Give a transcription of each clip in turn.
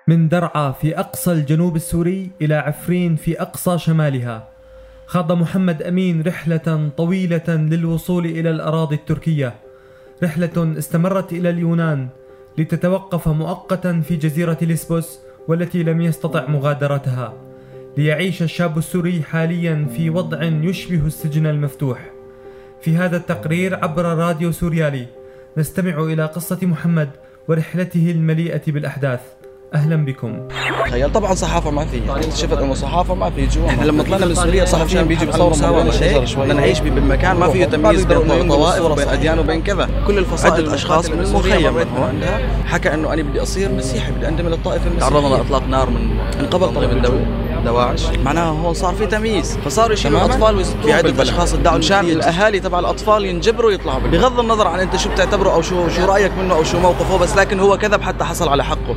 من درعا في أقصى الجنوب السوري إلى عفرين في أقصى شمالها، خاض محمد أمين رحلة طويلة للوصول إلى الأراضي التركية، رحلة استمرت إلى اليونان لتتوقف مؤقتا في جزيرة ليسبوس والتي لم يستطع مغادرتها، ليعيش الشاب السوري حاليا في وضع يشبه السجن المفتوح. في هذا التقرير عبر راديو سوريالي نستمع إلى قصة محمد ورحلته المليئة بالأحداث. أهلا بكم. تخيل طبعا صحافة ما في، انت شفت انه صحافة ما في جوا. احنا لما طلعنا من سوريا صحفيين بيجوا بيصوروا مساواة شيء، بدنا نعيش بمكان ما فيه تمييز بين طوائف وبين اديان وبين كذا. كل الفصائل الاشخاص من المخيم من هون حكى انه انا بدي اصير مسيحي، بدي انتمي للطائفة المسيحية. تعرضنا لاطلاق نار من قبل طريق الدولة دواعش، معناها هون صار في تمييز، فصاروا يشيلوا الاطفال ويزتوهم. في عدة اشخاص ادعوا مشان الاهالي تبع الاطفال ينجبروا يطلعوا بغض النظر عن انت شو بتعتبره او شو رايك منه او شو موقفه، بس لكن هو كذب حتى حصل على حقه.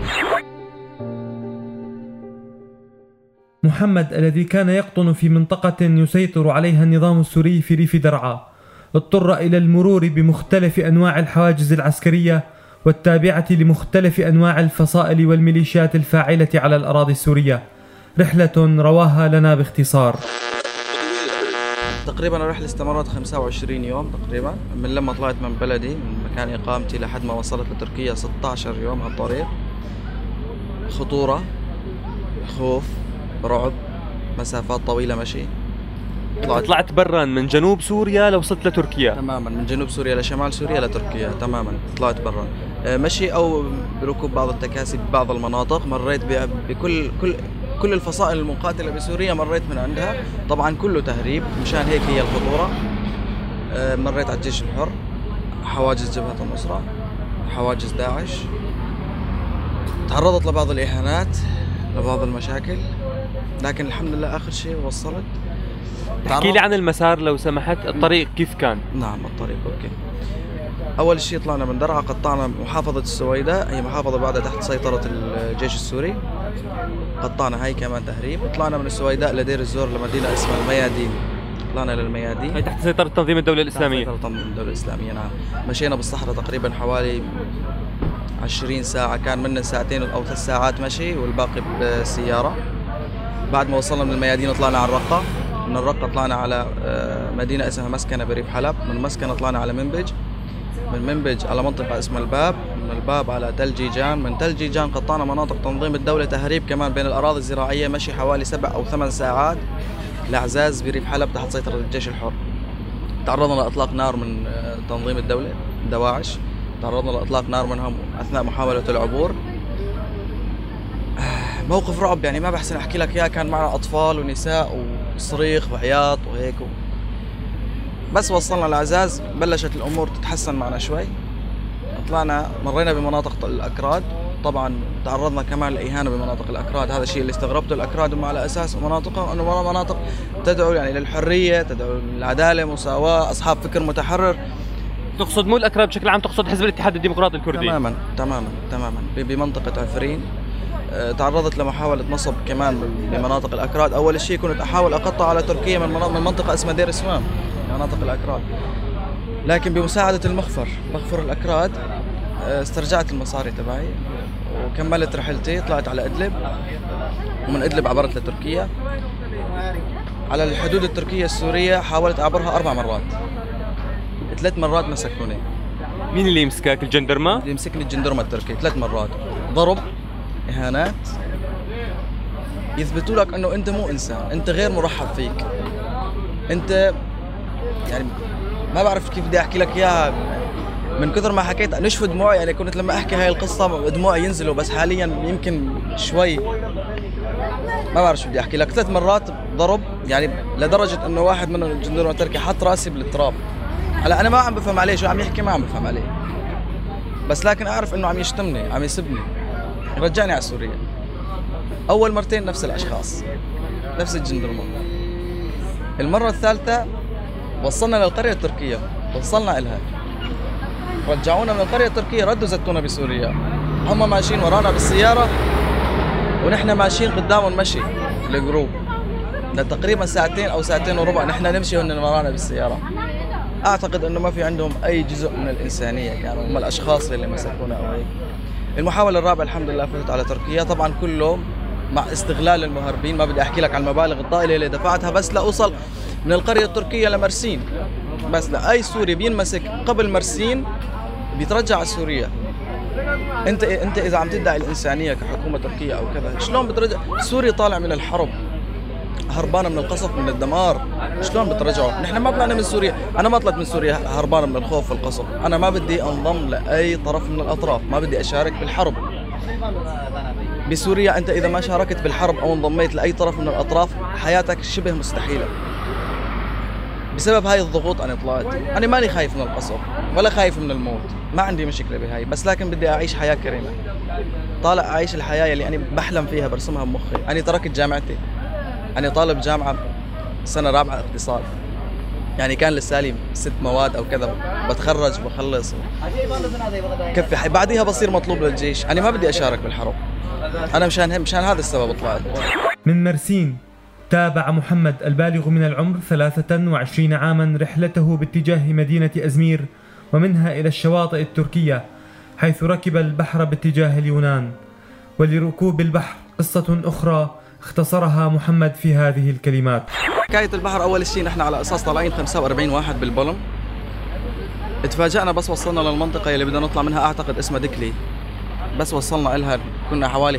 محمد الذي كان يقطن في منطقة يسيطر عليها النظام السوري في ريف درعا اضطر إلى المرور بمختلف أنواع الحواجز العسكرية والتابعة لمختلف أنواع الفصائل والميليشيات الفاعلة على الأراضي السورية، رحلة رواها لنا باختصار. تقريبا الرحلة استمرت 25 يوم تقريبا، من لما طلعت من بلدي من مكان إقامتي لحد ما وصلت لتركيا 16 يوم على الطريق. خطورة، خوف، رعب، مسافات طويلة مشي. طلعت برا من جنوب سوريا لوصلت لتركيا؟ تماما، من جنوب سوريا لشمال سوريا لتركيا تماما. طلعت برا مشي او بركوب بعض التكاسي ببعض المناطق. مريت كل الفصائل المقاتلة بسوريا مريت من عندها، طبعا كله تهريب، مشان هيك هي الخطورة. مريت على الجيش الحر، حواجز جبهة النصرة، حواجز داعش. تعرضت لبعض الإهانات، لبعض المشاكل، لكن الحمد لله آخر شيء وصلت. احكي لي عن المسار لو سمحت، الطريق كيف كان؟ نعم الطريق أوكي. أول شيء طلعنا من درعا، قطعنا محافظة السويداء، هي محافظة بعدها تحت سيطرة الجيش السوري، قطعنا هاي كمان تهريب. طلعنا من السويداء لدير الزور لمدينة اسمها الميادين، طلعنا للميادين هي تحت سيطرة تنظيم الدولة الإسلامية. تحت سيطرة تنظيم الدولة الإسلامية نعم. مشينا بالصحراء تقريبا حوالي 20 ساعة، كان منا ساعتين أو 3 ساعات مشي والباقي بالسيارة. بعد ما وصلنا من الميادين طلعنا على الرقة، من الرقة طلعنا على مدينة اسمها مسكنة بريف حلب، من مسكنة طلعنا على منبج، من منبج على منطقة اسمها الباب، من الباب على تل جيجان، من تل جيجان قطعنا مناطق تنظيم الدولة تهريب كمان بين الأراضي الزراعية، مشي حوالي 7 أو 8 ساعات لعزاز بريف حلب تحت سيطرة الجيش الحر. تعرضنا لإطلاق نار من تنظيم الدولة دواعش، تعرضنا لإطلاق نار منهم أثناء محاولة العبور. موقف رعب يعني ما بحسن أحكي لك إياه، كان معنا أطفال ونساء وصريخ وعياط وهيك بس وصلنا لعزاز بلشت الأمور تتحسن معنا شوي. طلعنا مرينا بمناطق الأكراد، طبعا تعرضنا كمان لإهانة بمناطق الأكراد، هذا الشيء اللي استغربته. الأكراد هم على أساس مناطقهم أنه مناطق تدعو يعني للحرية، تدعو للعدالة، مساواة، أصحاب فكر متحرر. تقصد مو الأكراد بشكل عام، تقصد حزب الاتحاد الديمقراطي الكردي؟ تماما بمنطقة عفرين. تعرضت لمحاولة نصب كمان بمناطق الأكراد. أول شيء كنت أحاول أقطع على تركيا من منطقة اسمها دير السوام، مناطق الأكراد، لكن بمساعدة مخفر الأكراد استرجعت المصاري تبعي وكملت رحلتي. طلعت على إدلب، ومن إدلب عبرت لتركيا. على الحدود التركية السورية حاولت أعبرها 4 مرات، 3 مرات مسكوني. مين اللي يمسكك؟ الجندرمة؟ اللي يمسكني الجندرمة التركي 3 مرات، ضرب، إهانات، يثبتوا لك أنه أنت مو إنسان، أنت غير مرحب فيك، أنت يعني ما بعرف كيف بدي أحكي لك إياها. من كثر ما حكيت نشف دموعي، يعني كنت لما أحكي هاي القصة دموعي ينزلوا، بس حاليا يمكن شوي ما بعرف شو بدي أحكي لك. 3 مرات ضرب، يعني لدرجة أنه واحد منهم الجندرمة التركي حط راسي بالتراب. هلا أنا ما عم بفهم عليه شو عم يحكي، ما عم بفهم عليه، بس لكن أعرف أنه عم يشتمني، عم يسبني، رجعني على سوريا. أول مرتين نفس الأشخاص، نفس الجندرمة. المرة الثالثة وصلنا للقرية التركية، وصلنا إلها، رجعونا من القرية التركية، ردوا زتونا بسوريا. هم ماشيين ورانا بالسيارة ونحن ماشيين قدامهم مشي الجروب لتقريبا 2 أو 2.25 ساعة، نحن نمشي وهن ورانا بالسيارة. أعتقد أنه ما في عندهم أي جزء من الإنسانية، كانوا هم الأشخاص اللي مسكونا أو هيك. المحاولة الرابعة الحمد لله فزت على تركيا، طبعا كله مع استغلال المهربين. ما بدي احكي لك عن المبالغ الطائلة اللي دفعتها بس لاوصل من القرية التركية لمرسين. بس لا، اي سوري بينمسك قبل مرسين بيترجع على سوريا. انت اذا عم تدعي الانسانية كحكومة تركية او كذا، شلون بترجع؟ سوري طالع من الحرب، هربانة من القصف من الدمار، شلون بترجعوا؟ نحن ما طلعنا من سوريا، انا ما طلعت من سوريا هربانة من الخوف والقصف، انا ما بدي انضم لاي طرف من الاطراف، ما بدي اشارك بالحرب. بسوريا انت اذا ما شاركت بالحرب او انضميت لاي طرف من الاطراف حياتك شبه مستحيلة. بسبب هاي الضغوط انا طلعت، انا ماني خايف من القصف ولا خايف من الموت، ما عندي مشكلة بهاي، بس لكن بدي اعيش حياة كريمة. طالع اعيش الحياة اللي انا بحلم فيها برسمها بمخي. انا تركت جامعتي، أنا طالب جامعة سنة رابعة اقتصاد، يعني كان لسالي 6 مواد أو كذا، بتخرج بخلص كفي بعديها بصير مطلوب للجيش. أنا ما بدي أشارك بالحرب، أنا مشان هذا السبب طلعت. من مرسين تابع محمد البالغ من العمر 23 عاما رحلته باتجاه مدينة أزمير ومنها إلى الشواطئ التركية، حيث ركب البحر باتجاه اليونان. ولركوب البحر قصة أخرى اختصرها محمد في هذه الكلمات. حكاية البحر أول شيء نحن على أساس طالعين 45 واحد بالبلم، اتفاجأنا بس وصلنا للمنطقة اللي بدنا نطلع منها، أعتقد اسمها دكلي. بس وصلنا إلها كنا حوالي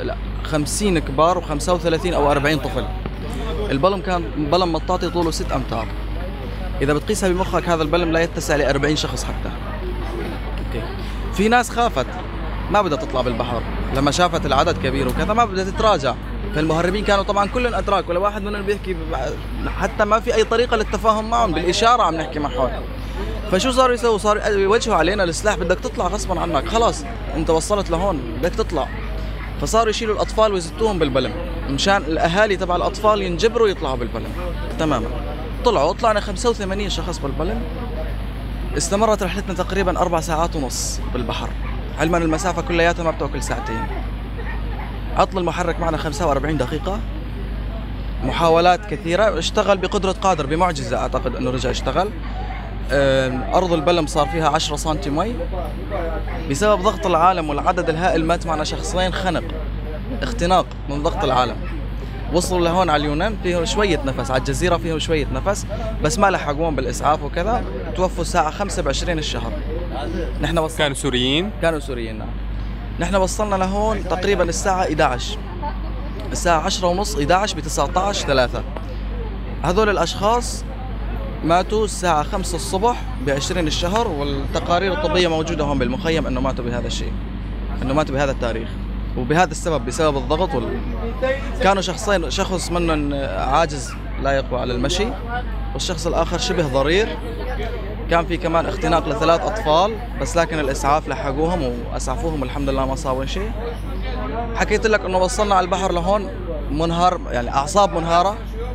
50 كبار و35 أو 40 طفل. البلم كان بلم مطاطي طوله 6 أمتار، إذا بتقيسها بمخك هذا البلم لا يتسع ل 40 شخص حتى. أوكي. في ناس خافت ما بدها تطلع بالبحر لما شافت العدد كبير وكذا، ما بدها تتراجع. فالمهربين كانوا طبعا كلهم اتراك، ولا واحد منهم بيحكي، حتى ما في اي طريقه للتفاهم معهم، بالاشاره عم نحكي معهم. فشو صاروا يسووا؟ صاروا يوجهوا علينا السلاح، بدك تطلع غصبا عنك، خلاص انت وصلت لهون بدك تطلع. فصاروا يشيلوا الاطفال ويزتوهم بالبلم مشان الاهالي تبع الاطفال ينجبروا يطلعوا بالبلم. تماما طلعنا 85 شخص بالبلم. استمرت رحلتنا تقريبا 4 ساعات ونص بالبحر، علما المسافه كلياتها ما بتاكل ساعتين. عطل المحرك معنا 45 دقيقة، محاولات كثيرة، اشتغل بقدرة قادر بمعجزة، أعتقد أنه رجع اشتغل. أرض البلم صار فيها 10 سنتي مي بسبب ضغط العالم والعدد الهائل. مات معنا شخصين خنق اختناق من ضغط العالم. وصلوا لهون على اليونان فيه شوية نفس، على الجزيرة فيه شوية نفس، بس ما لحقوهم بالإسعاف وكذا. توفوا الساعة 5 ب20 الشهر. نحن كانوا سوريين؟ كانوا سوريين، نعم. نحن وصلنا لهون تقريبا الساعة 11، الساعة 10:30 11 ب19/3. هذول الأشخاص ماتوا الساعة 5 الصبح ب20 الشهر، والتقارير الطبية موجودة هون بالمخيم أنه ماتوا بهذا الشيء، أنه ماتوا بهذا التاريخ وبهذا السبب، بسبب الضغط كانوا شخصين، شخص منهم عاجز لا يقوى على المشي، والشخص الآخر شبه ضرير. كان في كمان اختناق ل3 أطفال، بس لكن الإسعاف لحقوهم وأسعفوهم والحمد لله ما صابوا شيء. حكيت لك إنه وصلنا على البحر لهون منهار، يعني أعصاب منهارة،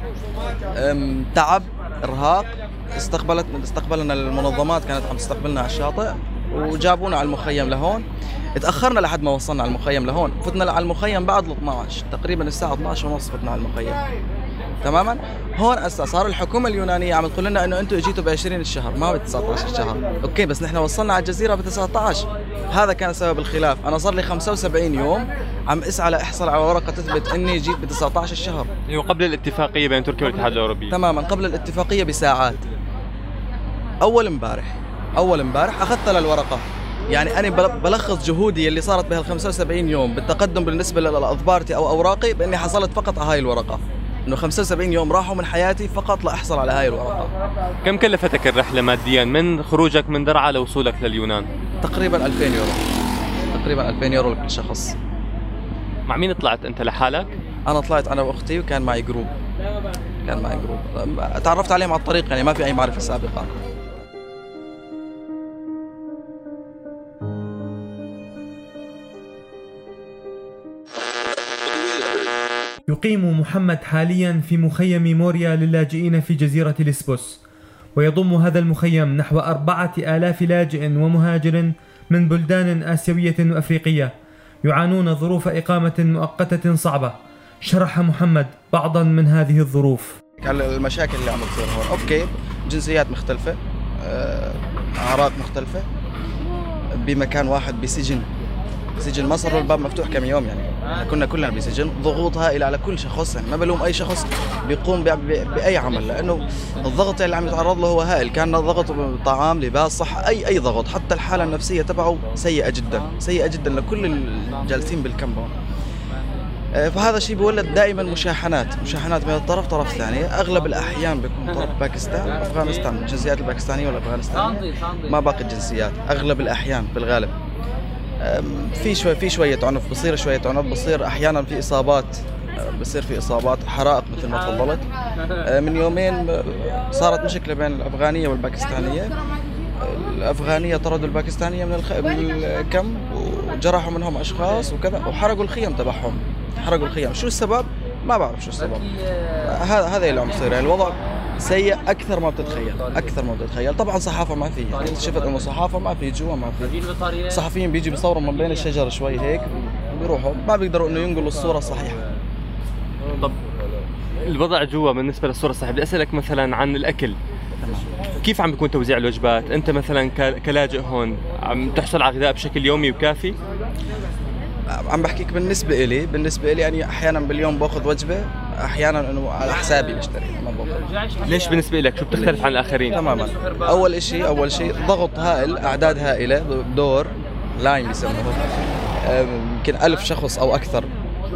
تعب، إرهاق. استقبلنا المنظمات، كانت عم تستقبلنا على الشاطئ وجابونا على المخيم لهون. اتأخرنا لحد ما وصلنا على المخيم لهون، فتنا على المخيم بعد 12 تقريبا، الساعة 12:30 فتنا على المخيم. تماما. هون صار الحكومة اليونانية عم تقول لنا انه انتم اجيتوا ب20 الشهر ما ب19 الشهر. اوكي، بس نحن وصلنا على الجزيرة ب19. هذا كان سبب الخلاف. انا صار لي 75 يوم عم اسعى لاحصل على ورقة تثبت اني جيت ب19 الشهر. وقبل الاتفاقية بين تركيا والاتحاد الاوروبي. تماما، قبل الاتفاقية بساعات. اول امبارح اخذت للورقة. يعني انا بلخص جهودي اللي صارت بهال 75 يوم بالتقدم بالنسبة لاخبارتي او اوراقي باني حصلت فقط على هاي الورقة، انه 75 يوم راحوا من حياتي فقط لاحصل على هاي الورقة. كم كلفتك الرحلة ماديا من خروجك من درعا لوصولك لليونان؟ تقريبا 2000 يورو. تقريبا 2000 يورو لكل شخص. مع مين طلعت انت لحالك؟ انا طلعت انا واختي، وكان معي جروب. تعرفت عليهم على الطريق، يعني ما في اي معرفة سابقة. يقيم محمد حاليا في مخيم موريا للاجئين في جزيرة ليسبوس، ويضم هذا المخيم نحو 4000 لاجئ ومهاجر من بلدان آسيوية وأفريقية يعانون ظروف إقامة مؤقتة صعبة. شرح محمد بعضا من هذه الظروف. المشاكل اللي عم تصير هون، اوكي، جنسيات مختلفة، أعراق مختلفة، بمكان واحد بسجن سجن مصر والباب مفتوح كم يوم يعني، كنا كلنا بسجن. ضغوط هائله على كل شخص يعني، ما بلوم اي شخص بيقوم باي عمل، لانه الضغط اللي عم يتعرض له هو هائل. كان ضغط طعام، لباس، صحه، اي ضغط. حتى الحاله النفسيه تبعه سيئه جدا، سيئه جدا لكل الجالسين بالكامب. فهذا الشيء بيولد دائما مشاحنات من الطرف طرف ثاني. اغلب الاحيان بيكون طرف باكستان افغانستان، الجنسيات الباكستانيه والافغانستانيه ما باقي الجنسيات اغلب الاحيان بالغالب. في شويه عنف، بصير شويه عنف، بصير احيانا في اصابات، بصير في اصابات، حرائق مثل ما تفضلت. من يومين صارت مشكله بين الافغانيه والباكستانيه. الافغانيه طردوا الباكستانيه من الكامب وجرحوا منهم اشخاص وكذا، وحرقوا الخيم تبعهم، حرقوا الخيم. شو السبب؟ ما بعرف شو السبب. هذا اللي عم يصير يعني. الوضع سيء اكثر ما بتتخيل. طبعا صحافه ما في، يعني شفت انه صحافه ما في جوا، ما في صحفيين بيجي بيصوروا من بين الشجر شوي هيك بيروحوا، ما بيقدروا انه ينقلوا الصوره الصحيحه. طب الوضع جوا بالنسبه للصوره الصحيحه، بدي اسالك مثلا عن الاكل. كيف عم بيكون توزيع الوجبات؟ انت مثلا كلاجئ هون عم تحصل على غذاء بشكل يومي وكافي؟ عم بحكيك بالنسبه لي يعني احيانا باليوم باخذ وجبه، احيانا انه على حسابي بشتري ما باخذ. ليش بالنسبه لك شو بتختلف عن الاخرين؟ تماما. اول شيء ضغط هائل، اعداد هائله، دور لاين بيسموه، يمكن 1000 شخص او اكثر،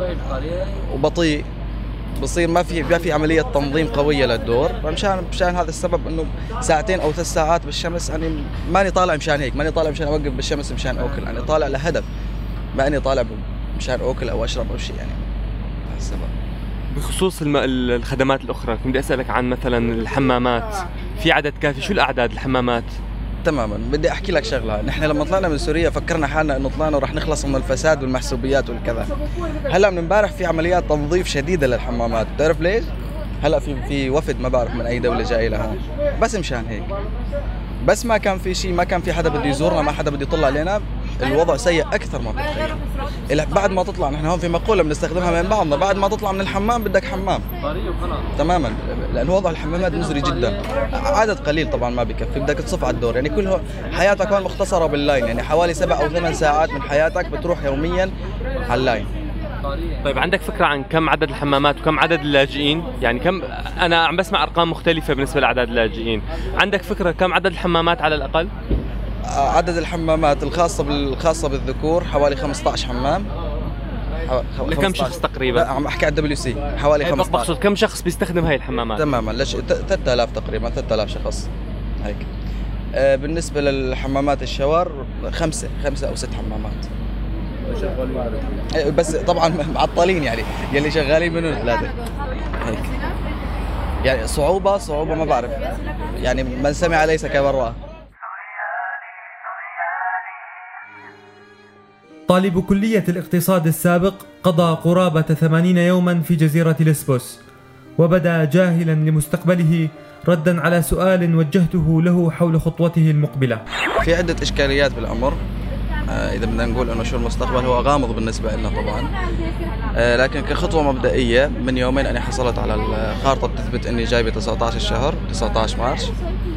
وبطيء. بصير ما في عمليه تنظيم قويه للدور. فمشان هذا السبب انه ساعتين او 3 ساعات بالشمس، يعني ماني طالع مشان هيك، ماني طالع مشان اوقف بالشمس مشان اكل، يعني طالع لهدف، ما اني طالع مشان اكل او اشرب او شيء يعني. هذا السبب. بخصوص الخدمات الاخرى كنت بدي اسالك عن مثلا الحمامات، في عدد كافي؟ شو الاعداد الحمامات؟ تماما. بدي احكي لك شغله، نحن لما طلعنا من سوريا فكرنا حالنا انه طلعنا ورح نخلص من الفساد والمحسوبيات والكذا. هلا من امبارح في عمليات تنظيف شديده للحمامات، بتعرف ليش؟ هلا في وفد ما بعرف من اي دوله جاي لهون، بس مشان هيك. بس ما كان في شيء، ما كان في حدا بده يزورنا، ما حدا بده يطلع علينا. الوضع سيء اكثر ما بتخيل. بعد ما تطلع، نحن هون في مقوله بنستخدمها من بعضنا، بعد ما تطلع من الحمام بدك حمام. تماما، لانه وضع الحمامات مزري جدا. عدد قليل طبعا ما بكفي، بدك تصف على الدور، يعني كل حياتك هون مختصره باللاين، يعني حوالي 7 أو 8 ساعات من حياتك بتروح يوميا على اللاين. طيب عندك فكرة عن كم عدد الحمامات وكم عدد اللاجئين؟ يعني كم؟ أنا عم بسمع أرقام مختلفة بالنسبة لأعداد اللاجئين. عندك فكرة كم عدد الحمامات على الأقل؟ عدد الحمامات الخاصة بالذكور حوالي 15 حمام. لكم شخص تقريبا؟ لا عم أحكي على WC، حوالي 15. بقصد كم شخص بيستخدم هاي الحمامات؟ تماما، 3000 تقريبا، 3000 شخص هيك. بالنسبة للحمامات الشاور 5 أو 6 حمامات. بس طبعا معطلين، يعني يلي شغالين منهم 3 هيك. يعني صعوبة ما بعرف، يعني من سمع ليس كبراه. طالب كلية الاقتصاد السابق قضى قرابة 80 يوما في جزيرة ليسبوس، وبدا جاهلا لمستقبله ردا على سؤال وجهته له حول خطوته المقبلة. في عدة إشكاليات بالأمر. إذا بدنا نقول إنه شو المستقبل، هو غامض بالنسبة لنا طبعا. لكن كخطوة مبدئية، من يومين أنا حصلت على الخارطة بتثبت إني جاي ب 19 الشهر 19 مارس.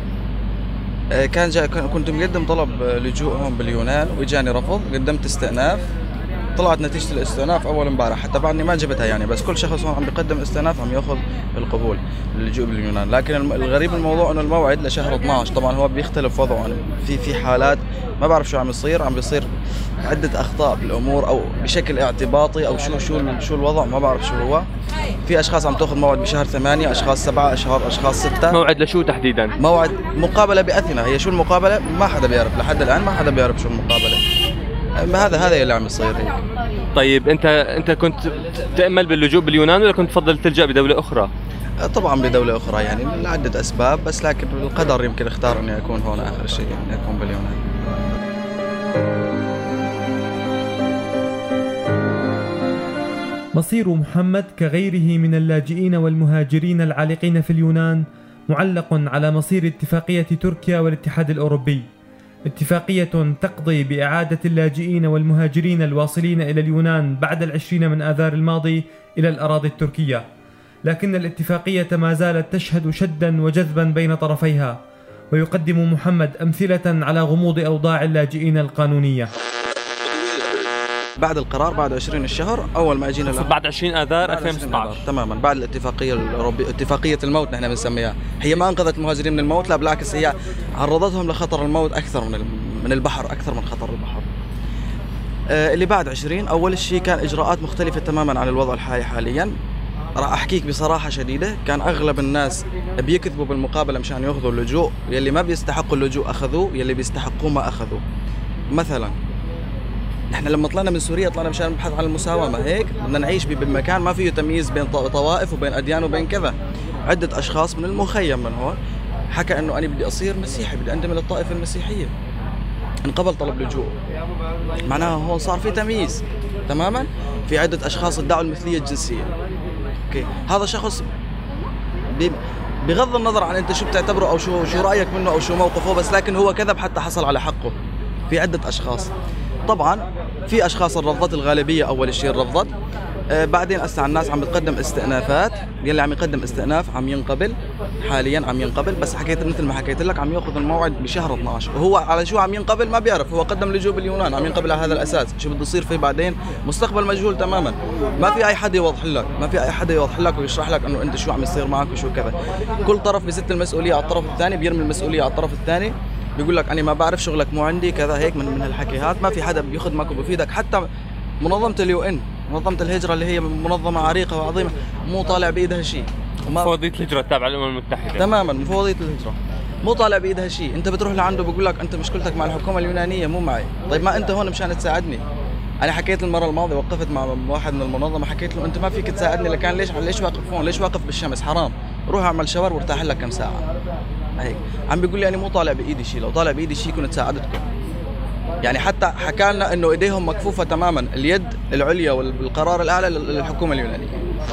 كنت مقدم طلب لجوء هون باليونان وإجاني رفض. قدمت استئناف، طلعت نتيجة الاستئناف أول امبارح، حتى بعدني ما جبتها يعني، بس كل شخص هون عم بيقدم استئناف عم ياخذ القبول للجوء باليونان. لكن الغريب الموضوع إنه الموعد لشهر 12. طبعا هو بيختلف وضعه، في حالات ما بعرف شو عم بيصير عدة أخطاء بالأمور، أو بشكل اعتباطي، أو شو الوضع ما بعرف شو هو. في أشخاص عم تأخذ موعد بشهر 8، أشخاص 7 أشهر، أشخاص 6. موعد لشو تحديدا؟ موعد مقابلة بأثينا. هي شو المقابلة؟ ما حدا بيعرف لحد الآن، ما حدا بيعرف شو المقابلة. هذا اللي عم يصير هيك. طيب انت كنت تأمل باللجوء باليونان ولا كنت تفضل تلجأ بدولة أخرى؟ طبعا بدولة أخرى يعني لعدة أسباب، بس لكن القدر يمكن اختار إني أكون هون آخر شيء، إني أكون باليونان. مصير محمد كغيره من اللاجئين والمهاجرين العالقين في اليونان معلق على مصير اتفاقية تركيا والاتحاد الأوروبي، اتفاقية تقضي بإعادة اللاجئين والمهاجرين الواصلين إلى اليونان بعد 20 من آذار الماضي إلى الأراضي التركية. لكن الاتفاقية ما زالت تشهد شدا وجذبا بين طرفيها، ويقدم محمد أمثلة على غموض أوضاع اللاجئين القانونية. بعد القرار بعد 20 الشهر اول ما اجينا بعد 20 اذار 2016 تماما بعد الاتفاقيه الاوروبيه اتفاقيه الموت نحن بنسميها. هي ما انقذت المهاجرين من الموت، لا بالعكس هي عرضتهم لخطر الموت اكثر من البحر، اكثر من خطر البحر. اللي بعد 20 اول شيء كان اجراءات مختلفه تماما عن الوضع الحالي حاليا. راح احكيك بصراحه شديده، كان اغلب الناس بيكذبوا بالمقابله مشان ياخذوا اللجوء، يلي ما بيستحقوا اللجوء اخذوه، يلي بيستحقوه ما اخذوه. مثلا نحن لما طلعنا من سوريا طلعنا مشان نبحث عن المساواه، ما هيك؟ بدنا نعيش بمكان ما فيه تمييز بين طوائف وبين اديان وبين كذا. عده اشخاص من المخيم من هون حكى انه انا بدي اصير مسيحي، بدي انتمي للطائفه المسيحيه، انقبل طلب لجوء، معناها هون صار في تمييز تماما. في عده اشخاص ادعوا المثليه الجنسيه. اوكي، هذا شخص بغض النظر عن انت شو بتعتبره او شو رايك منه او شو موقفه، بس لكن هو كذب حتى حصل على حقه. في عده اشخاص طبعا، في اشخاص رفضت، الغالبيه اول شيء رفضت. بعدين هسه الناس عم بتقدم استئنافات، يلي عم يقدم استئناف عم ينقبل حاليا، عم ينقبل، بس حكيت مثل ما حكيت لك عم ياخذ الموعد بشهر 12، وهو على شو عم ينقبل ما بيعرف. هو قدم لجوء باليونان، عم ينقبل على هذا الاساس. شو بده يصير فيه بعدين مستقبل مجهول تماما، ما في اي حد يوضح لك، ما في اي حدا يوضح لك ويشرح لك انه انت شو عم يصير معك وشو كذا. كل طرف بيزت المسؤوليه على الطرف الثاني، بيرمي المسؤوليه على الطرف الثاني، بيقول لك انا ما بعرف، شغلك مو عندي كذا هيك. من هالحكي هذا ما في حدا بيخدمك وبفيدك. حتى منظمه اليو ان، منظمه الهجره اللي هي منظمه عريقه وعظيمه، مو طالع بايدها شيء. مفوضيه الهجره التابعه للامم المتحده تماما، مفوضيه الهجره مو طالع بايدها شيء. انت بتروح لعنده بقول لك انت مشكلتك مع الحكومه اليونانيه مو معي. طيب ما انت هون مشان تساعدني. انا حكيت المره الماضيه، وقفت مع واحد من المنظمه، حكيت له انت ما فيك تساعدني، لكان ليش واقف هون؟ ليش واقف بالشمس؟ حرام، روح اعمل شاور وارتاح لك كم ساعه. هيك عم بيقول لي انا مو طالع بايدي شيء، لو طالع بايدي شيء كنت ساعدتكم. يعني حتى حكى لنا انه ايديهم مكفوفه تماما، اليد العليا والقرار الاعلى للحكومه اليونانيه.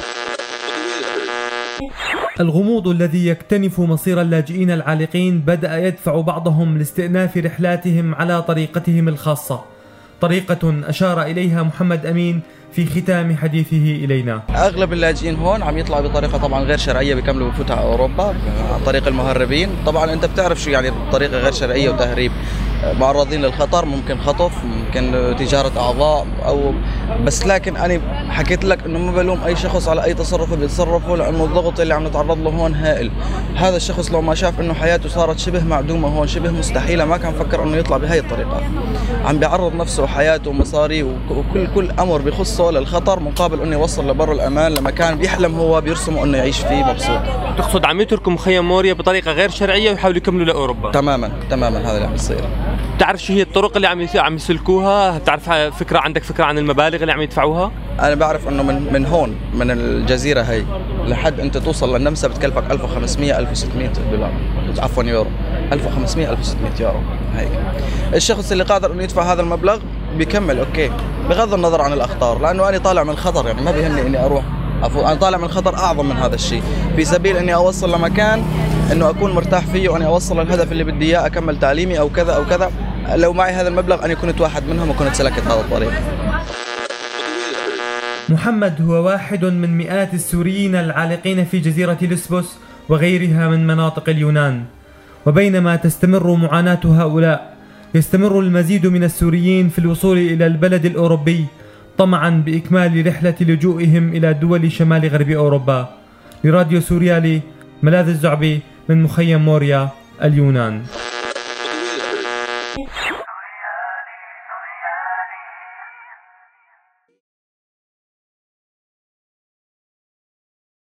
الغموض الذي يكتنف مصير اللاجئين العالقين بدأ يدفع بعضهم لاستئناف رحلاتهم على طريقتهم الخاصة، طريقة أشار إليها محمد أمين في ختام حديثه إلينا. أغلب اللاجئين هون عم يطلعوا بطريقة طبعا غير شرعية، بيكملوا بفوتها على أوروبا عن طريق المهربين. طبعا أنت بتعرف شو يعني طريقة غير شرعية وتهريب، معرضين للخطر، ممكن خطف، ممكن تجارة أعضاء أو بس. لكن أنا حكيت لك إنه ما بلوم أي شخص على أي تصرف بيتصرفه، لأنه الضغط اللي عم نتعرض له هون هائل. هذا الشخص لو ما شاف إنه حياته صارت شبه معدومة هون، شبه مستحيلة، ما كان فكر إنه يطلع بهاي الطريقة. عم بيعرض نفسه وحياته ومصاري وكل أمر بخصه للخطر، مقابل إنه يوصل لبر الأمان لمكان بيحلم هو بيرسمه إنه يعيش فيه مبسوط. تقصد عم يتركوا مخيم موريا بطريقة غير شرعية ويحاولوا يكملوا لأوروبا؟ تماما هذا اللي عم يصير. بتعرف شو هي الطرق اللي عم يسلكوها؟ بتعرف عندك فكرة عن المبالغ اللي عم يدفعوها؟ أنا بعرف إنه من هون من الجزيرة هي لحد أنت توصل للنمسا بتكلفك 1500 1600 دولار، عفوا يورو، 1500 1600 يورو هيك. الشخص اللي قادر إنه يدفع هذا المبلغ بيكمل أوكي، بغض النظر عن الأخطار، لأنه أنا طالع من خطر، يعني ما بيهمني إني أروح، أنا طالع من خطر أعظم من هذا الشيء، في سبيل إني أوصل لمكان إنه أكون مرتاح فيه وأني أوصل للهدف اللي بدي إياه، أكمل تعليمي أو كذا أو كذا. لو معي هذا المبلغ أنا كنت واحد منهم وكنت سلكت هذا الطريق. محمد هو واحد من مئات السوريين العالقين في جزيرة لسبوس وغيرها من مناطق اليونان. وبينما تستمر معاناة هؤلاء، يستمر المزيد من السوريين في الوصول إلى البلد الأوروبي طمعا بإكمال رحلة لجوئهم إلى دول شمال غرب أوروبا. لراديو سوريالي، ملاذ الزعبي من مخيم موريا، اليونان.